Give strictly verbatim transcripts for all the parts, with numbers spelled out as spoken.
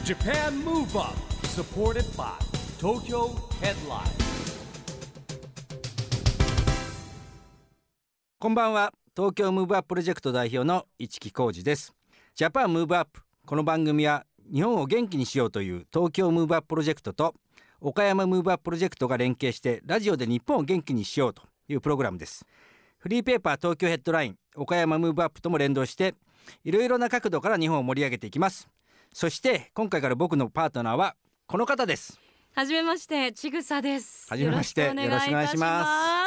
Japan Move Up supported by Tokyo Headline。 こんばんは。東京ムーブアッププロジェクト代表の市木浩司です。ジャパンムーブアップ、この番組は日本を元気にしようという東京ムーブアッププロジェクトと岡山ムーブアッププロジェクトが連携してラジオで日本を元気にしようというプログラムです。フリーペーパー東京ヘッドライン、岡山ムーブアップとも連動していろいろな角度から日本を盛り上げていきます。そして今回から僕のパートナーはこの方です。 はじめまして、ちぐさです。 はじめまして、よろしくお願いします。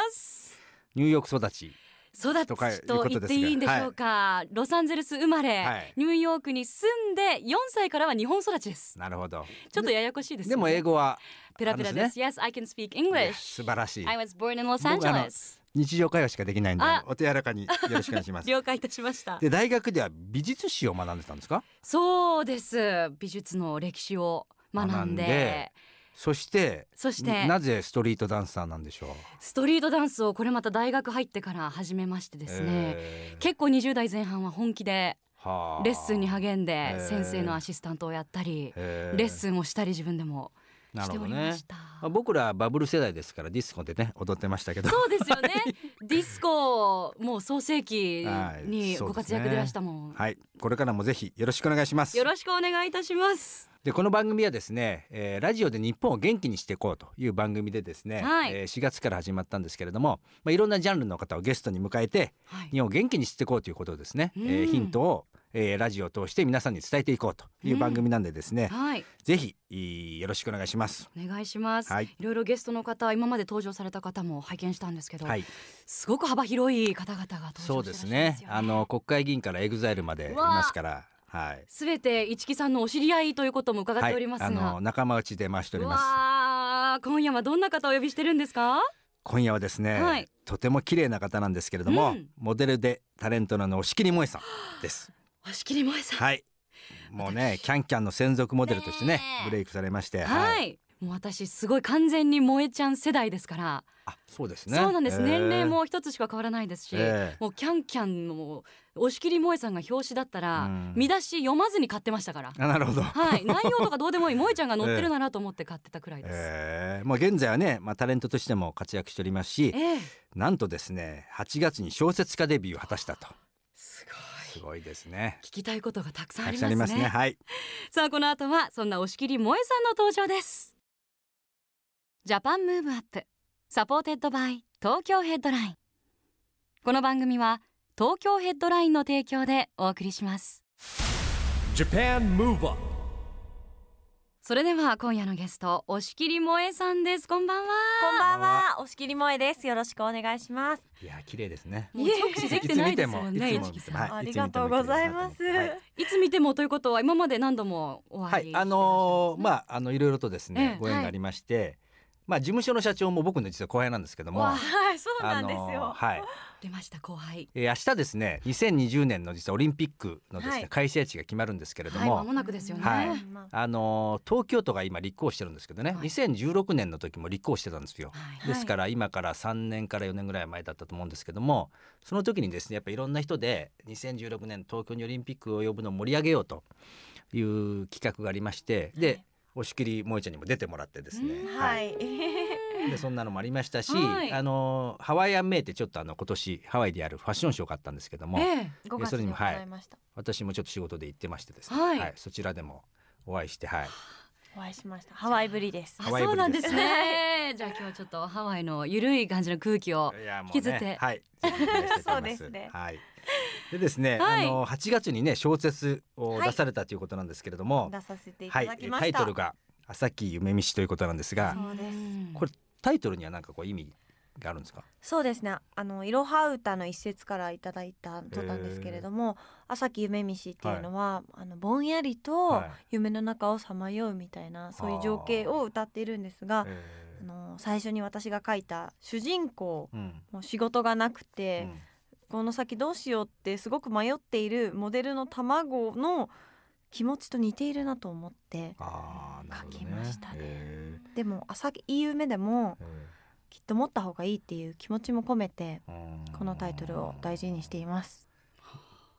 ニューヨーク育ち育ちと言っていいんでしょうか、はい、ロサンゼルス生まれ、はい、ニューヨークに住んでよんさいからは日本育ちです。 なるほど。 ちょっとややこしいですよね。 でも英語はペラペラです、ね、Yes, I can speak English。 素晴らしい。 I was born in Los Angeles。 日常会話しかできないんでお手柔らかによろしくお願いします。 了解いたしました。 で、大学では美術史を学んでたんですか？ そうです。美術の歴史を学んで、学んでそしてそしてなぜストリートダンサーなんでしょう？ ストリートダンスをこれまた大学入ってから始めましてですね、えー、結構にじゅう代前半は本気でレッスンに励んで先生のアシスタントをやったり、えー、レッスンをしたり自分でもしておりました。 なるほどね。僕らバブル世代ですからディスコでね踊ってましたけど。 そうですよね。ディスコもう創世紀にご活躍でいらしたもん、 はい、はい、これからもぜひよろしくお願いします。 よろしくお願いいたします。 で、この番組はですね、えー、ラジオで日本を元気にしていこうという番組でですね、はい、えー、しがつから始まったんですけれども、まあ、いろんなジャンルの方をゲストに迎えて、はい、日本を元気にしていこうということをですね、えー、ヒントを、えー、ラジオを通して皆さんに伝えていこうという番組なんでですね、はい、ぜひよろしくお願いします。 お願いします、はい、いろいろゲストの方、今まで登場された方も拝見したんですけど、はい、すごく幅広い方々が登場してらっしゃいますよね。 そうですね、あの国会議員からエグザイルまでいますから、はい、 すべて市木さんのお知り合いということも伺っておりますが、はい、 あの仲間内で回しております。 わー、今夜はどんな方をお呼びしてるんですか？ 今夜はですね、はい、とても綺麗な方なんですけれども、うん、モデルでタレントの押切もえさんです。 押切もえさん、 はい、もうねキャンキャンの専属モデルとしてねブレイクされまして、 はい、はい、もう私すごい完全に萌えちゃん世代ですから。 あ、そうですね。 そうなんです、えー、年齢も一つしか変わらないですし、えー、もうキャンキャンの押切萌えさんが表紙だったら、うん、見出し読まずに買ってましたから。 あ、なるほど、 はい、内容とかどうでもいい、萌えちゃんが載ってるならと思って買ってたくらいです、 えーまあ、現在はね、まあ、タレントとしても活躍しておりますし、えー、なんとですねはちがつに小説家デビューを果たしたと。 すごいすごいですね。 聞きたいことがたくさんありますね。 たくさんありますね、はい、 さあこの後はそんな押切萌えさんの登場です。ジャパンムーブアップサポーテッドバイ東京ヘッドライン。この番組は東京ヘッドラインの提供でお送りします。 Japan Move Up。 それでは今夜のゲスト、押切萌えさんです。こんばんは。 こんばんは、押切萌えです。よろしくお願いします。 いや綺麗ですね。 もう直視できてないですよね。 ありがとうございます、はい、 いつ見てもということは今まで何度もお会い、 はい、あのー、まああのいろいろとですね、ええ、ご縁がありまして、はい、まあ、事務所の社長も僕の実は後輩なんですけども、 はい、そうなんですよ、あのー、 はい、 出ました後輩、 えー、明日ですねにせんにじゅうねんの実はオリンピックのですね、はい、開催地が決まるんですけれども、 はい、間もなくですよね、 はい、あのー、東京都が今立候補してるんですけどね、はい、にせんじゅうろくねんの時も立候補してたんですよ、はい、ですから今からさんねんからよねんぐらい前だったと思うんですけども、その時にですねやっぱりいろんな人でにせんじゅうろくねん東京にオリンピックを呼ぶのを盛り上げようという企画がありまして、で、はい、押切萌えちゃんにも出てもらってですね、 はい、 でそんなのもありましたし、 はい、 あのハワイアンメイってちょっとあの今年ハワイでやるファッションショーがあったんですけども、 えー、ごがつに行いました、 はい、私もちょっと仕事で行ってましてですね、 はいはい、そちらでもお会いして、はい、 お会いしました。ハワイぶりです。 あ、そうなんですね。じゃあ今日はちょっとハワイのゆるい感じの空気を引きずって、 ね、はい、 そうですね、 はい、でですね、はい、あのはちがつにね小説を出されたということなんですけれども、 はい、出させていただきました、 はい、タイトルが朝木夢見しということなんですが、 そうです。 これタイトルには何かこう意味があるんですか？ そうですね、あのいろは歌の一節からいただいたとったんですけれども、朝木夢見しっていうのは、はい、あのぼんやりと夢の中をさまようみたいな、はい、そういう情景を歌っているんですが、あの最初に私が書いた主人公、うん、もう仕事がなくて、うん、この先どうしようってすごく迷っているモデルの卵の気持ちと似ているなと思って書きましたね。でも朝木夢でもきっと持った方がいいっていう気持ちも込めてこのタイトルを大事にしています。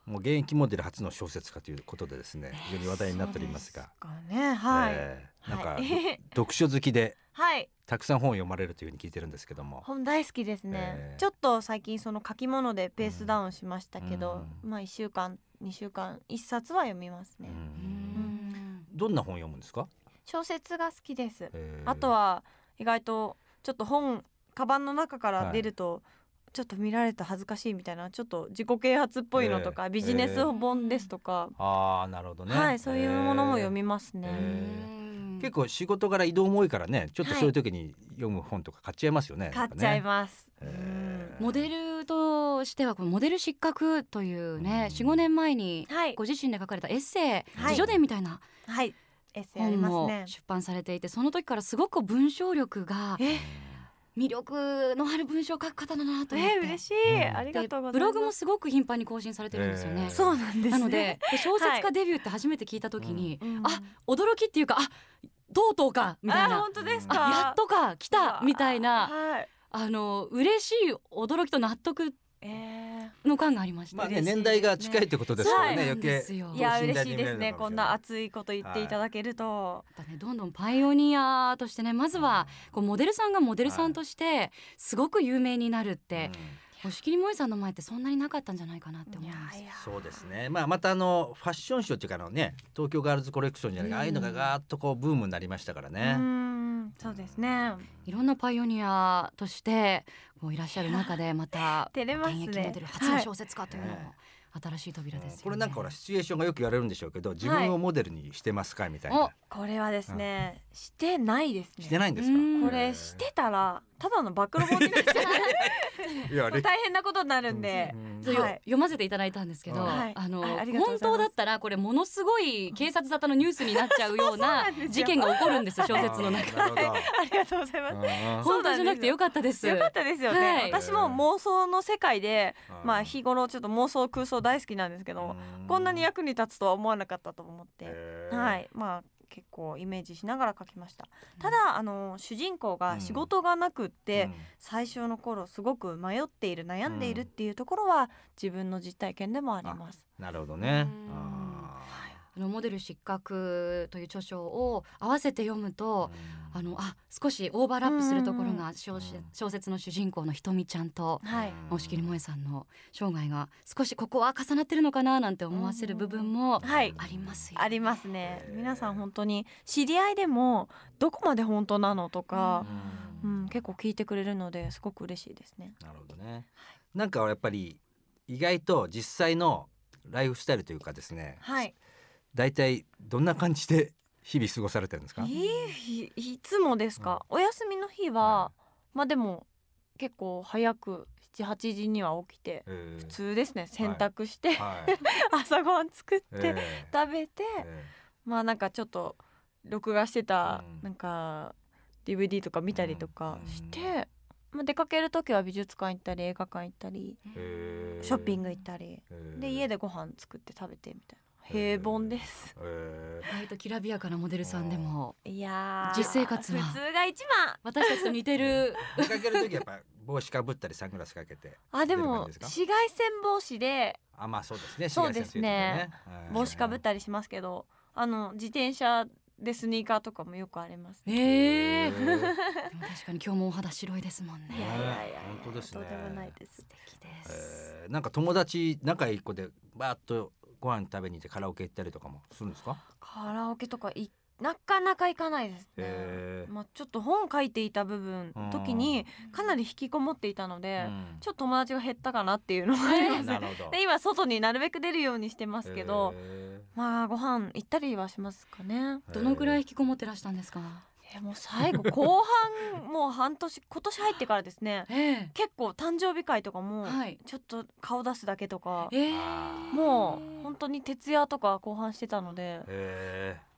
もう現役モデル初の小説家ということでですね、非常に話題になっておりますが、 そうですかね、はい、 えーなんか、 はい、 読書好きではいたくさん本を読まれるというふうに聞いてるんですけども、 本大好きですね、 えーちょっと最近その書き物でペースダウンしましたけど、 うんまあいっしゅうかんにしゅうかんいっさつは読みますね、 うんうんどんな本読むんですか？ 小説が好きです、 えーあとは意外とちょっと本カバンの中から出ると、ちょっと見られた恥ずかしいみたいなちょっと自己啓発っぽいのとか、 えービジネス本ですとか、 あーなるほどね、 はいそういうものも読みますね、 えーうん結構仕事柄移動も多いからね、ちょっとそういう時に読む本とか買っちゃいますよね、 買っちゃいす、 ます、 えーモデルとしてはこのモデル失格というね、 うんよん,ご 年前にはいご自身で書かれたエッセイ、 はい自叙伝みたいなはいエッセイあり本もますね。 出版されていて、その時からすごく文章力がえ魅力のある文章を書く方だなと思って、 え嬉しい、 うんありがとうございます。 でブログもすごく頻繁に更新されてるんですよね、 えーそうなんですね。 なので小説家デビューって初めて聞いた時に、 うん、 あ驚きっていうか、あとうとうかみたいな、 あ本当ですあか。 あやっとか来たみたいな、 はい。 あの嬉しい驚きと納得えの感がありました、 まあね、 嬉しいですね年代が近いってことですからね、 そうなん余計ですよー、いや等身大に嬉しいですね。こんな見熱いこと言っていただけると。 やっぱね、どんどんパイオニアとしてね、まずはこうモデルさんがモデルさんとしてすごく有名になるって、 えるのかもしれない、 押切萌さんの前ってそんなになかったんじゃないかなって思います。 いやうんそうですね、まあ、またあのファッションショーっていうかあのね、東京ガールズコレクションじゃないか、 うんああいうのがガーッとこうブームになりましたからうね、 んそうですね。 いろんなパイオニアとしてこういらっしゃる中で、また照れますね。 現役モデル初の小説家というのもはい新しい扉ですよね。 これなんかほらシチュエーションがよく言われるんでしょうけど、自分をモデルにしてますかみたいな、 おこれはですね、してないですね。 してないんですか？ うんこれしてたらただの暴露本になっちゃう。 いやあれ大変なことになるんで。 うんそうよはい読ませていただいたんですけど、 はいあのあありがとうございます本当だったらこれものすごい警察沙汰のニュースになっちゃうようななんですよ事件が起こるんですよ、小説の中。 あーなるほどありがとうございます。 うん本当じゃなくてよかったです。 よかったですよね、 はい私も妄想の世界で、 うんまあ日頃ちょっと妄想空想大好きなんですけど、 うんこんなに役に立つとは思わなかったと思って、 へーはい、まあ結構イメージしながら書きました。ただあの主人公が仕事がなくって、 うん最初の頃すごく迷っている悩んでいるっていうところは自分の実体験でもあります。 なるほどね、 うんああのモデル失格という著書を合わせて読むと、 ーあのあ少しオーバーラップするところが小,、 うん小説の主人公のひとみちゃんとはい、 押切萌さんの生涯が少しここは重なってるのかななんて思わせる部分もはいありますよ、 ありますね。 へー皆さん本当に知り合いでもどこまで本当なのとか、 ううんん、結構聞いてくれるのですごく嬉しいですね。 なるほどね、なんかやっぱり意外と実際のライフスタイルというかですね、 はい。 だいたいどんな感じで日々過ごされてるんですか？ いいいつもですか、お休みの日は、まあでも結構早くしちはちじには起きてえー普通ですね、洗濯して、 はい朝ごはん作って、 え食べて、 ーえまあなんかちょっと録画してた、 うんなんか ディーブイディー とか見たりとかして、まあ、出かける時は美術館行ったり映画館行ったりーえーショッピング行ったり、 えーで家でご飯作って食べてみたいな平凡です。 えー意外ときらびやかなモデルさんでもいやー実生活は普通が一番。 私たちと似てる出かける時やっぱ帽子かぶったりサングラスかけてあで出る感もじですか紫外線防止であまあそうですねそうですね紫外線強い時はね帽子かぶったりしますけど、あの自転車でスニーカーとかもよくありますね。 えー、 えーでも確かに今日もお肌白いですもんね。 いやいやいやいや本当ですねとんでもないです。 素敵です、 えーなんか友達仲いい子でバーッとご飯食べに行ってカラオケ行ったりとかもするんですか？ カラオケとかいなかなか行かないですね。 へーまあちょっと本書いていた部分時にかなり引きこもっていたので、 うんちょっと友達が減ったかなっていうのがあります。 なるほどで今外になるべく出るようにしてますけど、 へまあご飯行ったりはしますかね。 ーどのくらい引きこもってらしたんですか？ えもう最後後半もう半年今年入ってからですね、 え結構誕生日会とかもはいちょっと顔出すだけとか、 えー、 あーもう本当に徹夜とか後半してたので、 え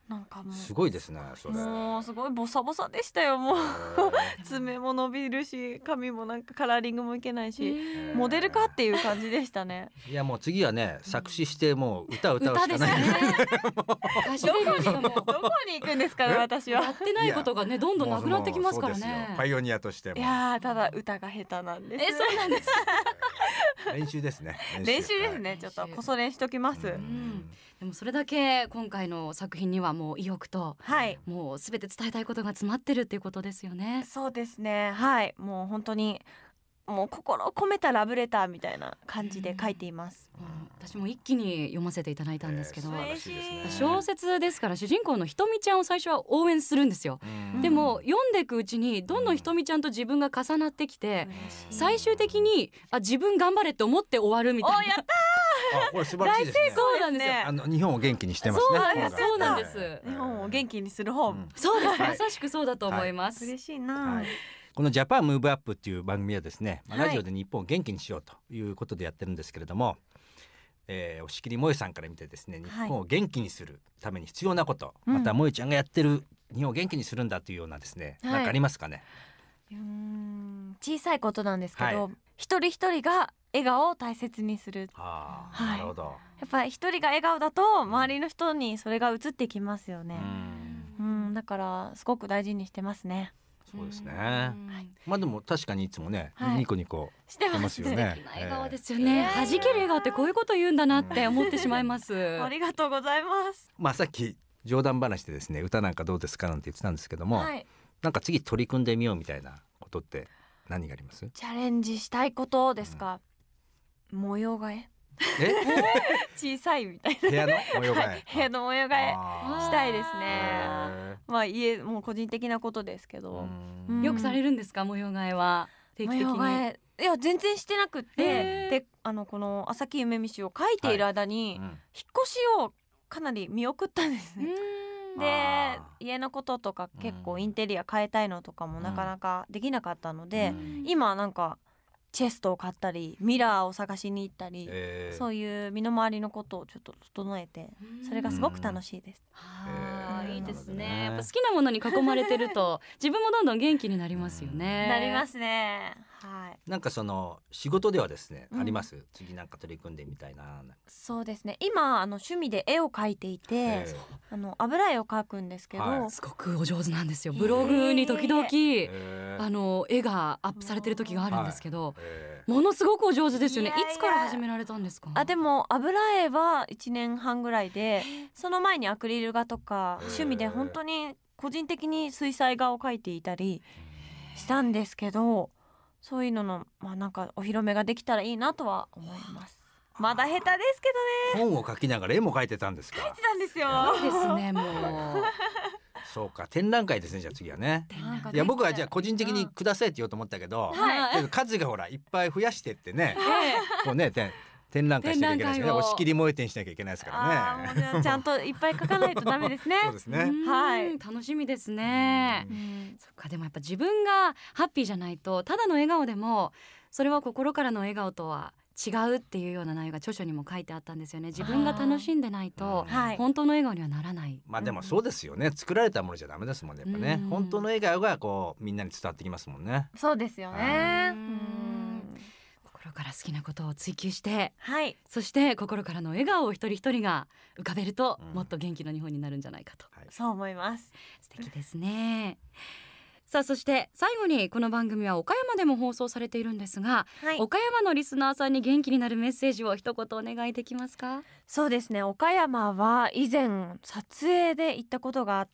なんかもうすごいですねそれ。 もうすごいボサボサでしたよ。もう爪も伸びるし髪もなんかカラーリングもいけないし、モデルかっていう感じでしたね。 いやもう次はね作詞してもう歌を歌うしかない。 歌ですね。 どこに行くんですかね私は。 やってないことがねどんどんなくなってきますからもうそうですよね。 パイオニアとしても。 いやーただ歌が下手なんです。 えそうなんですか。 練習ですね。 練習ですね、 はいちょっとこそ練しときます。 ううんん、でもそれだけ今回の作品にはもう意欲とはいもうすべて伝えたいことが詰まってるっていうことですよね。 そうですね、はいもう本当にもう心を込めたラブレターみたいな感じで書いています。 うん私も一気に読ませていただいたんですけど、 えー素晴らしいですね小説ですから主人公のひとみちゃんを最初は応援するんですよ。 うんでも読んでいくうちにどんどんひとみちゃんと自分が重なってきて、 嬉しい最終的にあ自分頑張れって思って終わるみたいな。 おやったあこれ素晴らしいですね。 そうなんですよ。 あの日本を元気にしてますね。 そうなんですこれがそうなんですはい日本を元気にする本、 うんそうです、 はいまさしくそうだと思います。 嬉しいな、 はいこのジャパンムーブアップっていう番組はですね、まあはいラジオで日本を元気にしようということでやってるんですけれども、えー、押切萌さんから見てですね日本を元気にするために必要なこと、 うんまた萌ちゃんがやってる日本を元気にするんだというようなですね、 はいなんかありますかね。 うーん小さいことなんですけど、 はい一人一人が笑顔を大切にする。 あー、 はいなるほど。 やっぱり一人が笑顔だと周りの人にそれが移ってきますよね。 うんうん、だからすごく大事にしてますね。 そうですね。 うんまあでも確かにいつもね、 はいニコニコしてしてまますすよね。 素敵な笑顔ですよえね。 ー弾ける笑顔ってこういうこと言うんだなって思ってしまいます。 ありがとうございます。 まあさっき冗談話でですね歌なんかどうですかなんて言ってたんですけども、 はい、 なんか次取り組んでみようみたいなことって何があります？ チャレンジしたいことですか。模様替ええ小さいみたい部屋の模様替え。 な部屋の模様替えあーしたいですね。 へまあ家もう個人的なことですけーど、 うんよくされるんですか模様替えは定期的に。 模様替えいや全然してなくって、 へーであのこの朝木夢見氏を書いている間に、 うん引っ越しをかなり見送ったんですね。 うんであー家のこととか結うん構インテリア変えたいのとかもなかなかできなかったので、 うん今なんかチェストを買ったりミラーを探しに行ったり、 えーそういう身の回りのことをちょっと整えてそれがすごく楽しいです。 はあえーいいですね。 なるほどねやっぱ好きなものに囲まれてると自分もどんどん元気になりますよね。 なりますね。はいなんかその仕事ではですね、 うんあります次なんか取り組んでみたいな。 そうですね。今あの趣味で絵を描いていて、 えあの油絵を描くんですけど、 はいすごくお上手なんですよ。ブログに時々、 ーえーあの絵がアップされてる時があるんですけど、 えものすごくお上手ですよね。いいやいやつから始められたんですか？ あでも油絵はいちねんはんぐらいで、その前にアクリル画とかへー趣味で本当に個人的に水彩画を描いていたりしたんですけど、そういうののまあなんかお披露目ができたらいいなとは思います。まだ下手ですけどね。 本を書きながら絵も描いてたんですか。 描いてたんですよ。 そうですね。もうそうか展覧会ですねじゃあ次はね。 なんかいや僕はじゃあ個人的にくださいって言おうと思ったけど、 はいけど数がほらいっぱい増やしてってね、 えこうね展展覧会しなきゃいけないですよね。 展覧会を押し切り萌え展しなきゃいけないですからあーもうね。 じゃあちゃんといっぱい描かないとダメですね。 そうですね。 うんはい楽しみですねう。 うんそっかでもやっぱ自分がハッピーじゃないとただの笑顔でもそれは心からの笑顔とは違うっていうような内容が著書にも書いてあったんですよね。自分が楽しんでないとはい。 本当の笑顔にはならない。 まあでもそうですよね。作られたものじゃダメですもんね。やっぱねうん本当の笑顔がこうみんなに伝わってきますもんね。 そうですよね。 ううんん心から好きなことを追求してはい。 そして心からの笑顔を一人一人が浮かべると、 うんもっと元気な日本になるんじゃないかと。 はいそう思います。 素敵ですね。さあそして最後にこの番組は岡山でも放送されているんですが、 はい。 岡山のリスナーさんに元気になるメッセージを一言お願いできますか？ そうですね。岡山は以前撮影で行ったことがあって、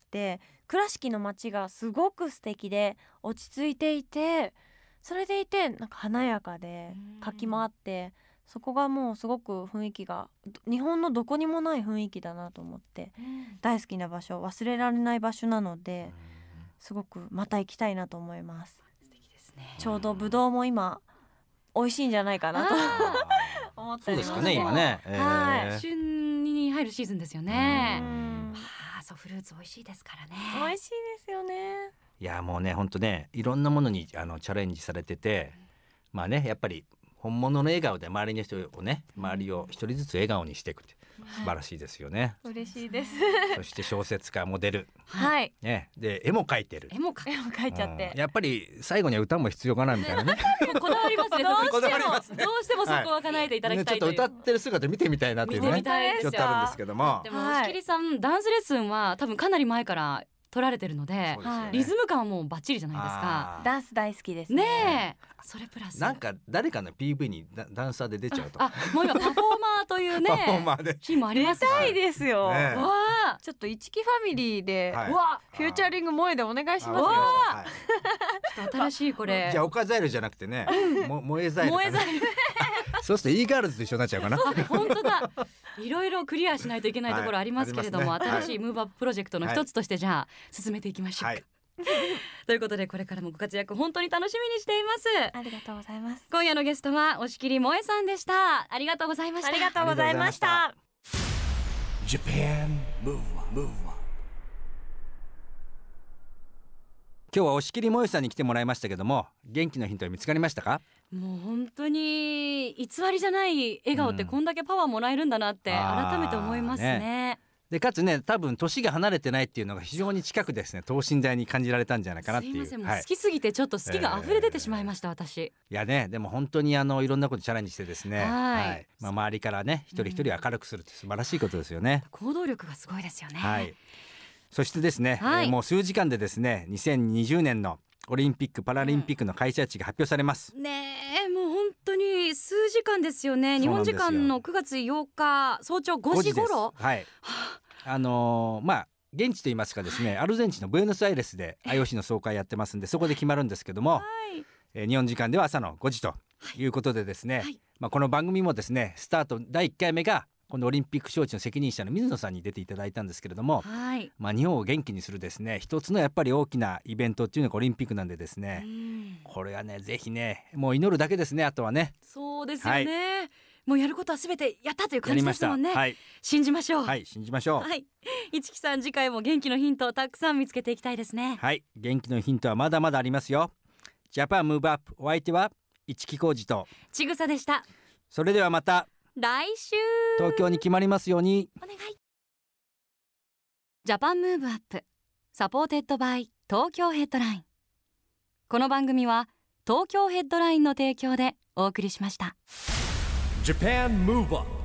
倉敷の街がすごく素敵で落ち着いていて、それでいてなんか華やかで活気もあって、そこがもうすごく雰囲気が日本のどこにもない雰囲気だなと思って大好きな場所、忘れられない場所なので、すごくまた行きたいなと思います。 素敵ですね。 ちょうどブドウも今美味しいんじゃないかなとあ思ってそうですおります。 かね今ね。えーはいー旬に入るシーズンですようね。 んはあ、そうフルーツ美味しいですからね。 美味しいですよね。 いやもうね本当ねいろんなものにあのチャレンジされてて、まあねやっぱり本物の笑顔で周りの人をね周りを一人ずつ笑顔にしていくって、 素晴らしいですよね。 嬉しいですそして小説家、モデル、 はいね、で絵も描いてる。 絵も描絵も描いちゃってうんやっぱり最後には歌も必要かなみたいなねくこだわりますね。どうこだしてもわりますねどうしてもそこは叶えていただきたいという、 ねちょっと歌ってる姿見てみたいなというね見てみたいですよちょっとあるんですけどもでもはい押切さんダンスレッスンは多分かなり前から取られてるのでそうですよねリズム感はもうバッチリじゃないですか。 あーダンス大好きですねねえそれプラスなんか誰かの ピーブイ にダダンサーで出ちゃうとあもう今パフォーマーというねパフォーマーでシーンもありますしたいですよ、 ねわあちょっと一木ファミリーで、 はいわフューチャリング萌えでお願いしますよあわかりましたはいちょっと新しいこれじゃあ岡ザイルじゃなくてねも燃えザイルかね燃えざるそうすると e ガールズと一緒になっちゃうかな本当だいろいろクリアしないといけないところありますけれども、 はいありますね新しいムーブアッププロジェクトの一つとしてじゃあ進めていきましょうか、 はいということでこれからもご活躍本当に楽しみにしていますありがとうございます今夜のゲストは押切萌えさんでしたありがとうございましたありがとうございました。 Japan Move Up, Move Up. 今日は押切萌えさんに来てもらいましたけども元気のヒントは見つかりましたか？ もう本当に偽りじゃない笑顔ってこんだけパワーもらえるんだなって改めて思いますね、 でかつね多分年が離れてないっていうのが非常に近くですね等身大に感じられたんじゃないかなっていう。 すいませんもうはい好きすぎてちょっと好きが溢れ出てしまいました、私いやねでも本当にあのいろんなことチャレンジしてですね、 はいまあ、周りからね一人一人明るくするって素晴らしいことですよね、 行動力がすごいですよね、 はい、そしてですね、 はいえーもう数時間でですねにせんにじゅうねんのオリンピック・パラリンピックの開催地が発表されます、 ねえもう本当に数時間ですよね。日本時間のくがつようか早朝ごじ頃ですはいあのーまあ現地といいますかですねアルゼンチンのブエノスアイレスで アイオーシー の総会やってますんでそこで決まるんですけども、 はいえー日本時間では朝のごじということでですね、 はいまあ、この番組もですねスタートだいいっかいめがこのオリンピック招致の責任者の水野さんに出ていただいたんですけれども、 はいまあ、日本を元気にするですね一つのやっぱり大きなイベントっていうのがオリンピックなんでですね、 うんこれはねぜひねもう祈るだけですねあとはねそうですよね、もうやることはすべてやったという感やりましたじですもんね、 はい、 信じましょうはい、信じましょうはい、市木さん次回も元気のヒントをたくさん見つけていきたいですね。 はい、元気のヒントはまだまだありますよ。ジャパンムーブアップお相手は市木浩二とちぐさでした。 それではまた来週東京に決まりますように。 お願い。ジャパンムーブアップサポーテッドバイ東京ヘッドライン。この番組は東京ヘッドラインの提供でお送りしました。 Japan Move Up